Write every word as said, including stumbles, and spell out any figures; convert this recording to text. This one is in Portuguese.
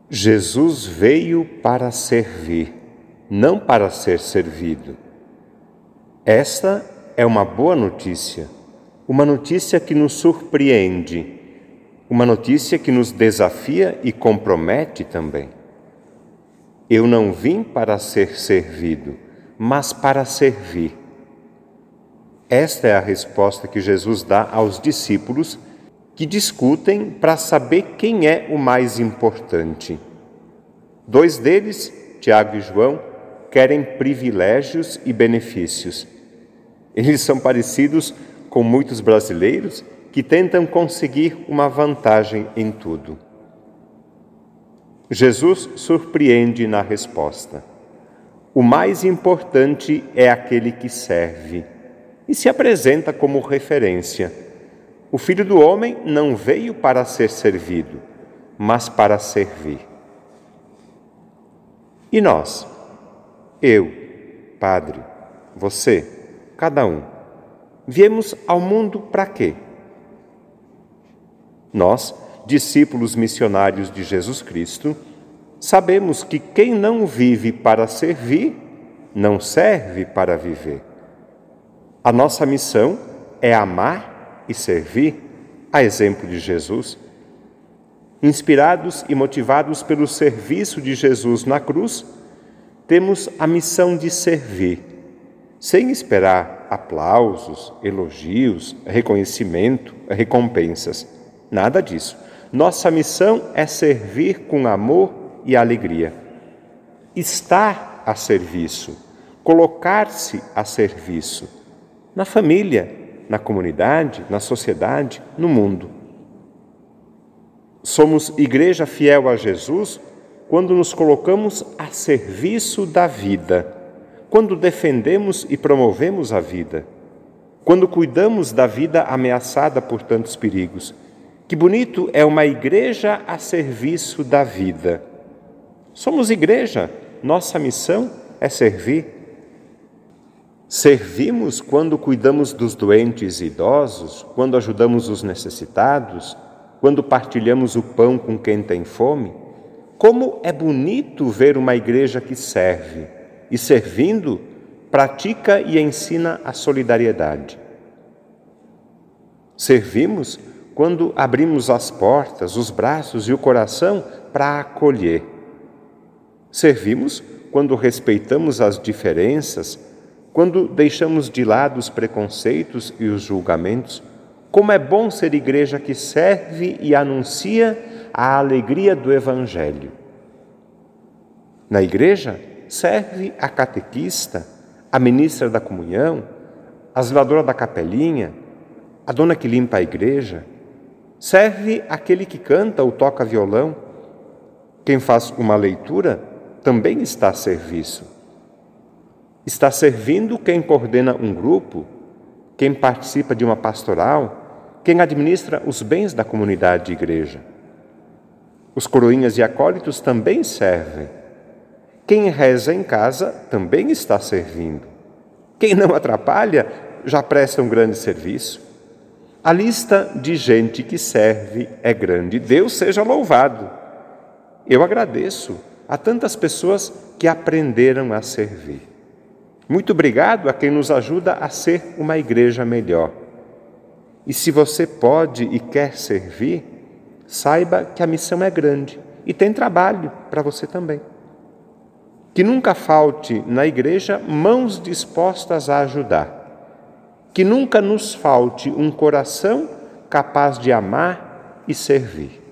Jesus veio para servir, não para ser servido. Esta é uma boa notícia, uma notícia que nos surpreende, uma notícia que nos desafia e compromete também. Eu não vim para ser servido, mas para servir. Esta é a resposta que Jesus dá aos discípulos que discutem para saber quem é o mais importante. Dois deles, Tiago e João, querem privilégios e benefícios. Eles são parecidos com muitos brasileiros que tentam conseguir uma vantagem em tudo. Jesus surpreende na resposta. O mais importante é aquele que serve e se apresenta como referência. O Filho do Homem não veio para ser servido, mas para servir. E nós? Eu, Padre, você, cada um, viemos ao mundo para quê? Nós, discípulos missionários de Jesus Cristo, sabemos que quem não vive para servir, não serve para viver. A nossa missão é amar e servir, a exemplo de Jesus. Inspirados e motivados pelo serviço de Jesus na cruz, temos a missão de servir, sem esperar aplausos, elogios, reconhecimento, recompensas. Nada disso. Nossa missão é servir com amor e alegria. Estar a serviço, colocar-se a serviço, na família, na comunidade, na sociedade, no mundo. Somos igreja fiel a Jesus quando nos colocamos a serviço da vida, quando defendemos e promovemos a vida, quando cuidamos da vida ameaçada por tantos perigos. Que bonito é uma igreja a serviço da vida. Somos igreja, nossa missão é servir. Servimos quando cuidamos dos doentes e idosos, quando ajudamos os necessitados, quando partilhamos o pão com quem tem fome. Como é bonito ver uma igreja que serve e, servindo, pratica e ensina a solidariedade. Servimos quando abrimos as portas, os braços e o coração para acolher. Servimos quando respeitamos as diferenças, quando deixamos de lado os preconceitos e os julgamentos. Como é bom ser igreja que serve e anuncia a alegria do Evangelho. Na igreja, serve a catequista, a ministra da comunhão, a zeladora da capelinha, a dona que limpa a igreja. Serve aquele que canta ou toca violão. Quem faz uma leitura também está a serviço. Está servindo quem coordena um grupo, quem participa de uma pastoral, quem administra os bens da comunidade de igreja. Os coroinhas e acólitos também servem. Quem reza em casa também está servindo. Quem não atrapalha já presta um grande serviço. A lista de gente que serve é grande. Deus seja louvado. Eu agradeço a tantas pessoas que aprenderam a servir. Muito obrigado a quem nos ajuda a ser uma igreja melhor. E se você pode e quer servir, saiba que a missão é grande e tem trabalho para você também. Que nunca falte na igreja mãos dispostas a ajudar. Que nunca nos falte um coração capaz de amar e servir.